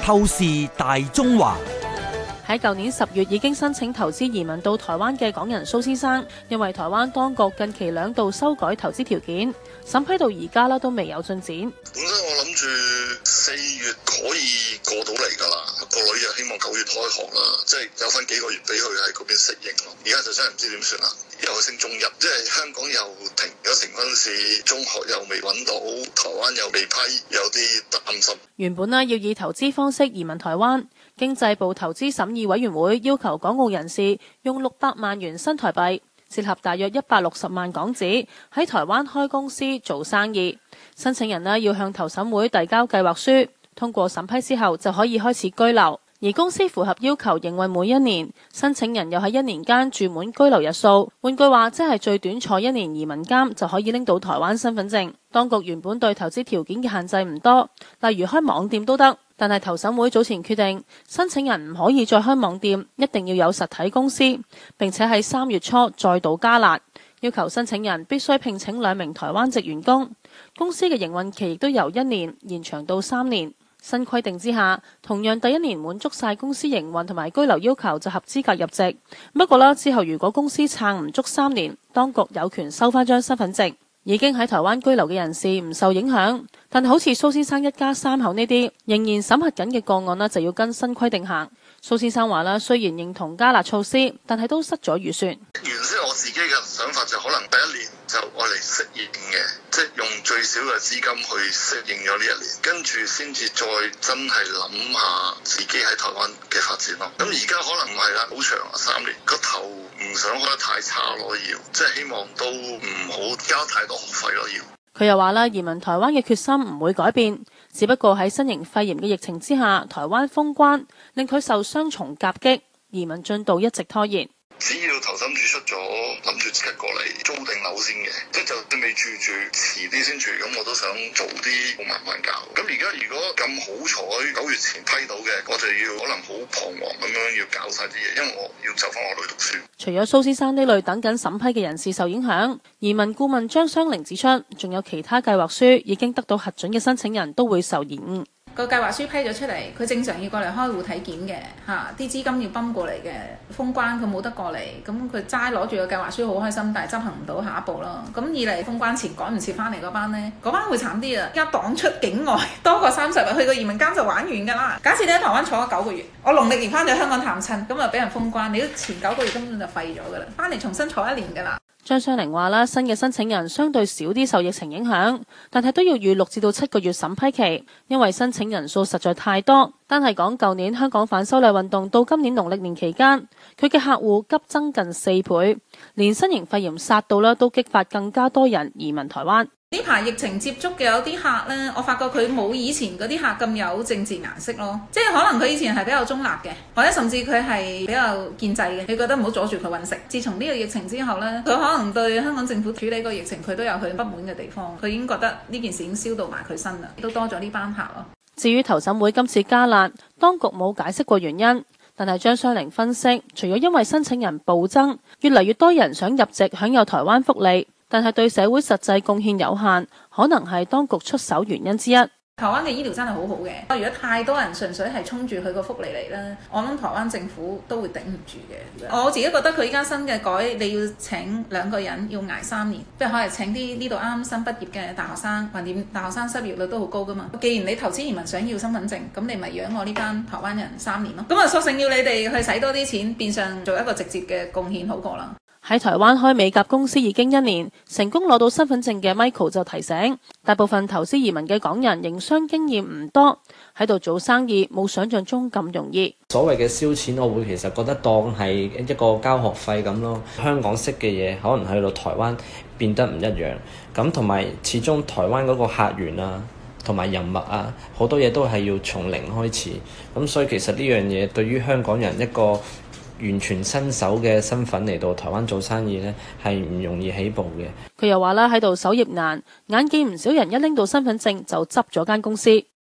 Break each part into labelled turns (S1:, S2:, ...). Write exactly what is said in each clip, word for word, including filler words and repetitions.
S1: 透視大中華。
S2: 喺舊年十月已經申請投資移民到台灣嘅港人蘇先生，因為台灣當局近期兩度修改投資條件，審批到而家啦都未有進展。
S3: 本身我諗住四月可以過到嚟㗎啦，個女又希望九月開學啦，即係有翻幾個月俾佢喺嗰邊適應咯。而家就真係唔知點算啦，又升中一，即係香港又停咗成婚試，中學又未揾到，台灣又未批，有啲擔心。
S2: 原本呢要以投資方式移民台灣，經濟部投資審議委員會要求港澳人士用六百萬元新台幣，折合大約一百六十萬港紙喺台灣開公司做生意。申請人呢要向投審會遞交計劃書，通過審批之後就可以開始居留。而公司符合要求營運每一年，申請人又喺一年間住滿居留日數，換句話即係最短坐一年移民監就可以拎到台灣身份證。當局原本對投資條件嘅限制唔多，例如開網店都得，但係投審會早前決定，申請人唔可以再開網店，一定要有實體公司，並且喺三月初再度加辣，要求申請人必須聘請兩名台灣籍員工，公司嘅營運期亦都由一年延長到三年。新規定之下，同樣第一年滿足晒公司營運同埋居留要求就合資格入籍。不過啦，之後如果公司撐唔足三年，當局有權收翻張身份證。已經喺台灣居留嘅人士唔受影響，但好似蘇先生一家三口呢啲仍然審核緊嘅個案呢，就要跟新規定行。蘇先生話啦，雖然認同加辣措施，但係都失咗預算。
S3: 原先我自己嘅想法就可能第一年就愛嚟適應嘅，即係用最少嘅資金去適應咗呢一年，跟住先至再真係諗下自己喺台灣嘅發展咯。咁而家可能唔係啦，好長啊，三年個頭唔想開得太差咯，要即係希望都唔好交太多學費咯，要。
S2: 佢又話啦，移民台灣嘅決心唔會改變，只不過喺新型肺炎嘅疫情之下，台灣封關令佢受雙重夾擊，移民進度一直拖延。
S3: 只要投審處出咗，諗住即刻過嚟租定樓先嘅，即係就算未住住，遲啲先住，咁我都想早啲好慢慢搞。咁而家如果咁好彩九月前批到嘅，我就要可能好彷徨咁樣要搞晒啲嘢，因為我要就翻我女讀書。
S2: 除咗蘇先生呢類等緊審批嘅人士受影響，移民顧問張雙玲指出，仲有其他計劃書已經得到核准嘅申請人都會受延誤。
S4: 個計劃書批咗出嚟，佢正常要過嚟開戶體檢嘅嚇，啲資金要泵過嚟嘅，封關佢冇得過嚟，咁佢齋攞住個計劃書好開心，但係執行唔到下一步咯。咁二嚟封關前趕唔切翻嚟嗰班呢，嗰班會慘啲啊！而家擋出境外多過三十日，去個移民監就玩完㗎啦。假設你喺台灣坐咗九個月，我農曆年翻咗香港探親，咁啊俾人封關，你都前九個月根本就廢咗㗎啦，翻嚟重新坐一年㗎啦。
S2: 張雙玲話啦，新嘅申請人相對少啲受疫情影響，但係都要預六至到七個月審批期，因為申請人數實在太多。單係講舊年香港反修例運動到今年農曆年期間，佢嘅客戶急增近四倍，連新型肺炎殺到啦，都激發更加多人移民台灣。
S4: 呢排疫情接觸嘅有啲客呢，我發覺佢冇以前嗰啲客咁有政治顏色咯，即係可能佢以前係比較中立嘅，或者甚至佢係比較建制嘅，你覺得唔好阻住佢揾食。自從呢個疫情之後呢，佢可能對香港政府處理個疫情佢都有佢不滿嘅地方，佢已經覺得呢件事已經燒到埋佢身啦，都多咗呢班客咯。
S2: 至於投審會今次加辣，當局冇解釋過原因，但係張雙玲分析，除咗因為申請人暴增，越嚟越多人想入籍享有台灣福利，但係對社會實際貢獻有限，可能係當局出手原因之一。
S4: 台灣嘅醫療真係好好嘅，如果太多人純粹係衝住佢個福利嚟咧，我諗台灣政府都會頂唔住嘅。我自己覺得佢依家新嘅改，你要請兩個人要捱三年，即係可能請啲呢度啱啱新畢業嘅大學生，橫掂大學生失業率都好高噶嘛。既然你投資移民想要身份證，咁你咪養我呢班台灣人三年咯。咁啊，索性要你哋去使多啲錢，變相做一個直接嘅貢獻好過啦。
S2: 喺台灣開美甲公司已經一年，成功攞到身份證嘅 Michael 就提醒，大部分投資移民嘅港人營商經驗唔多，喺度做生意冇想象中咁容易。
S5: 所謂嘅燒錢，我會其實覺得當係一個交學費咁咯。香港識嘅嘢，可能去到台灣變得唔一樣。咁同埋始終台灣嗰個客源啊，同埋人脈啊，好多嘢都係要從零開始。咁所以其實呢樣嘢對於香港人一個完全新手嘅身份嚟到台灣做生意呢，係唔容易起步嘅。
S2: 佢又話啦，喺度守業難，眼見唔少人一拎到身份證就執咗間公司。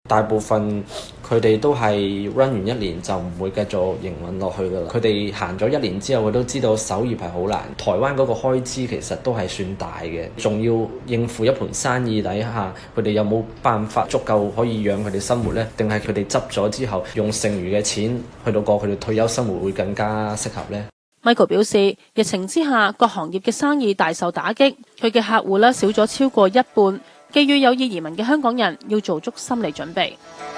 S5: 大部分佢哋都係 run 完一年就唔會繼續營運落去㗎啦。佢哋行咗一年之後，佢都知道守業係好難。台灣嗰個開支其實都係算大嘅，仲要應付一盤生意底下，佢哋有冇辦法足夠可以養佢哋生活呢？定係佢哋執咗之後用剩餘嘅錢去到過佢哋退休生活會更加適合呢？
S2: Michael 表示，疫情之下各行業嘅生意大受打擊，佢嘅客戶咧少咗超過一半。寄予有意移民嘅香港人要做足心理準備。